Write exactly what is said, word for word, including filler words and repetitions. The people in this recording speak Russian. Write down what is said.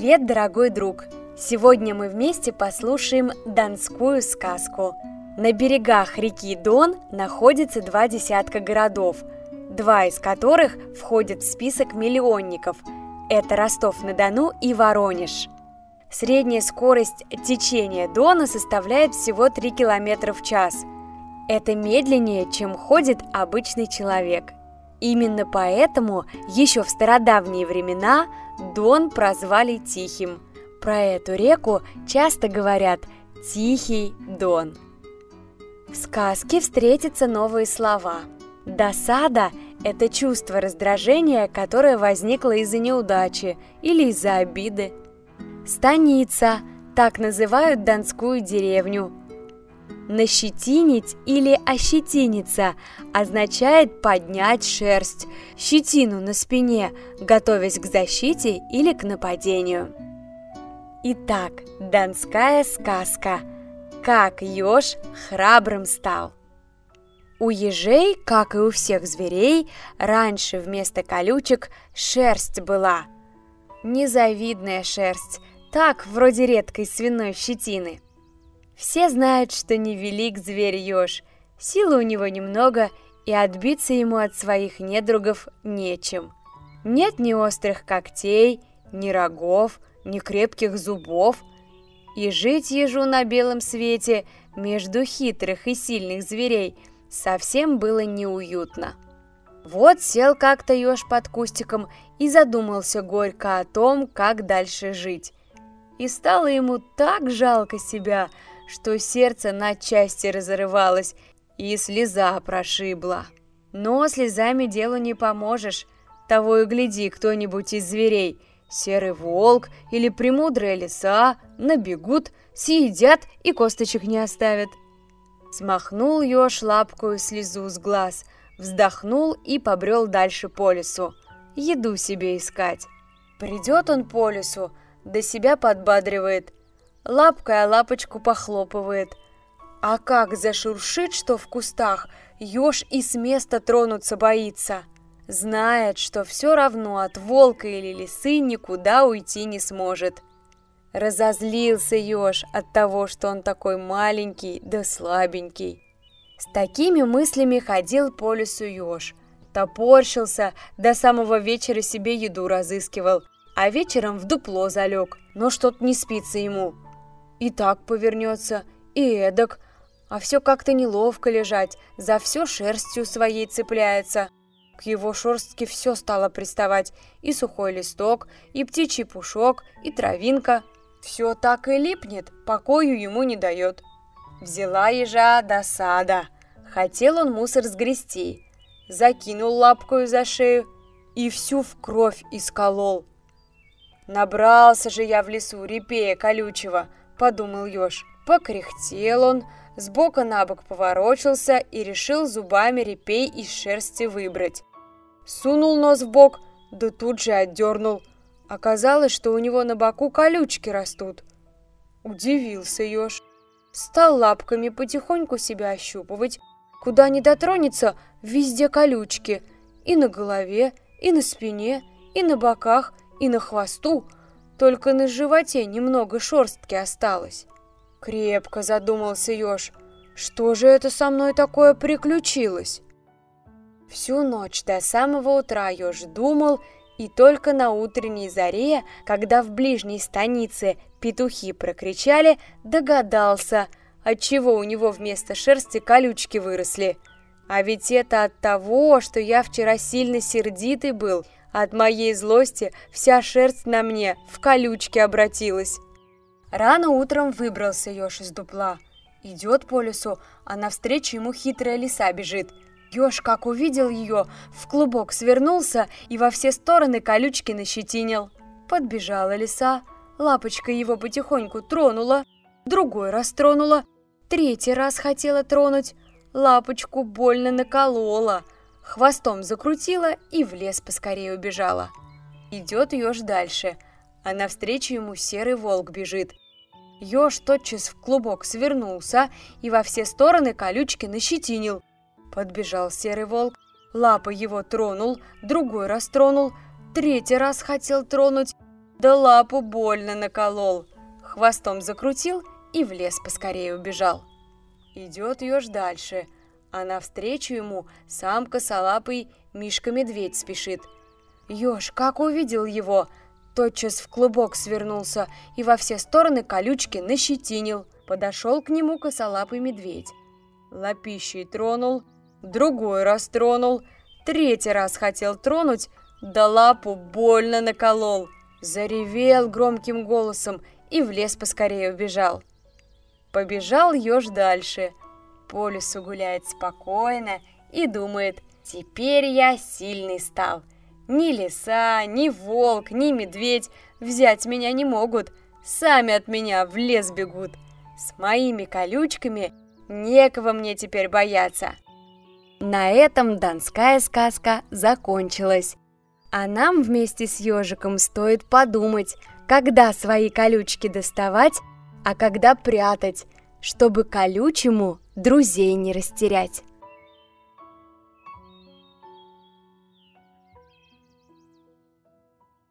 Привет, дорогой друг! Сегодня мы вместе послушаем донскую сказку. На берегах реки Дон находится два десятка городов, два из которых входят в список миллионников. Это Ростов-на-Дону и Воронеж. Средняя скорость течения Дона составляет всего три километра в час. Это медленнее, чем ходит обычный человек. Именно поэтому еще в стародавние времена Дон прозвали Тихим. Про эту реку часто говорят «Тихий Дон». В сказке встретятся новые слова. Досада – это чувство раздражения, которое возникло из-за неудачи или из-за обиды. Станица – так называют донскую деревню. Нащетинить или ощетиниться означает поднять шерсть, щетину на спине, готовясь к защите или к нападению. Итак, донская сказка «Как еж храбрым стал». У ежей, как и у всех зверей, раньше вместо колючек шерсть была. Незавидная шерсть, так, вроде редкой свиной щетины. Все знают, что невелик зверь-еж, силы у него немного, и отбиться ему от своих недругов нечем. Нет ни острых когтей, ни рогов, ни крепких зубов, и жить ежу на белом свете между хитрых и сильных зверей совсем было неуютно. Вот сел как-то еж под кустиком и задумался горько о том, как дальше жить. И стало ему так жалко себя, что сердце на части разрывалось и слеза прошибла. Но слезами делу не поможешь. Того и гляди, кто-нибудь из зверей, серый волк или премудрая лиса, набегут, съедят и косточек не оставят. Смахнул еж лапкою слезу с глаз, вздохнул и побрел дальше по лесу, еду себе искать. Придет он по лесу, до себя подбадривает, лапкой о лапочку похлопывает. А как зашуршит, что в кустах, еж и с места тронуться боится. Знает, что все равно от волка или лисы никуда уйти не сможет. Разозлился еж от того, что он такой маленький да слабенький. С такими мыслями ходил по лесу еж. Топорщился, до самого вечера себе еду разыскивал, а вечером в дупло залег, но что-то не спится ему. И так повернется, и эдак, а все как-то неловко лежать, за все шерстью своей цепляется. К его шерстке все стало приставать, и сухой листок, и птичий пушок, и травинка. Все так и липнет, покою ему не дает. Взяла ежа досада. Хотел он мусор сгрести, закинул лапкою за шею и всю в кровь исколол. Набрался же я в лесу репея колючего, подумал еж. Покряхтел он, сбока на бок поворочился и решил зубами репей из шерсти выбрать. Сунул нос в бок, да тут же отдернул. Оказалось, что у него на боку колючки растут. Удивился еж. Стал лапками потихоньку себя ощупывать. Куда ни дотронется, везде колючки. И на голове, и на спине, и на боках, и на хвосту. Только на животе немного шерстки осталось. Крепко задумался еж. Что же это со мной такое приключилось? Всю ночь до самого утра еж думал, и только на утренней заре, когда в ближней станице петухи прокричали, догадался, отчего у него вместо шерсти колючки выросли. А ведь это от того, что я вчера сильно сердитый был. От моей злости вся шерсть на мне в колючки обратилась. Рано утром выбрался еж из дупла. Идет по лесу, а навстречу ему хитрая лиса бежит. Еж, как увидел ее, в клубок свернулся и во все стороны колючки нащетинил. Подбежала лиса, лапочкой его потихоньку тронула, другой раз тронула, третий раз хотела тронуть, лапочку больно наколола, хвостом закрутила и в лес поскорее убежала. Идет еж дальше, а навстречу ему серый волк бежит. Еж тотчас в клубок свернулся и во все стороны колючки нащетинил. Подбежал серый волк, лапой его тронул, другой раз тронул, третий раз хотел тронуть, да лапу больно наколол. Хвостом закрутил и в лес поскорее убежал. Идет еж дальше, а навстречу ему сам косолапый Мишка-медведь спешит. Еж, как увидел его, тотчас в клубок свернулся и во все стороны колючки нащетинил. Подошел к нему косолапый медведь. Лапищей тронул, другой раз тронул, третий раз хотел тронуть, да лапу больно наколол. Заревел громким голосом и в лес поскорее убежал. Побежал еж дальше, по лесу гуляет спокойно и думает: теперь я сильный стал. Ни лиса, ни волк, ни медведь взять меня не могут, сами от меня в лес бегут. С моими колючками некого мне теперь бояться. На этом донская сказка закончилась. А нам вместе с ежиком стоит подумать, когда свои колючки доставать, а когда прятать, чтобы колючему друзей не растерять.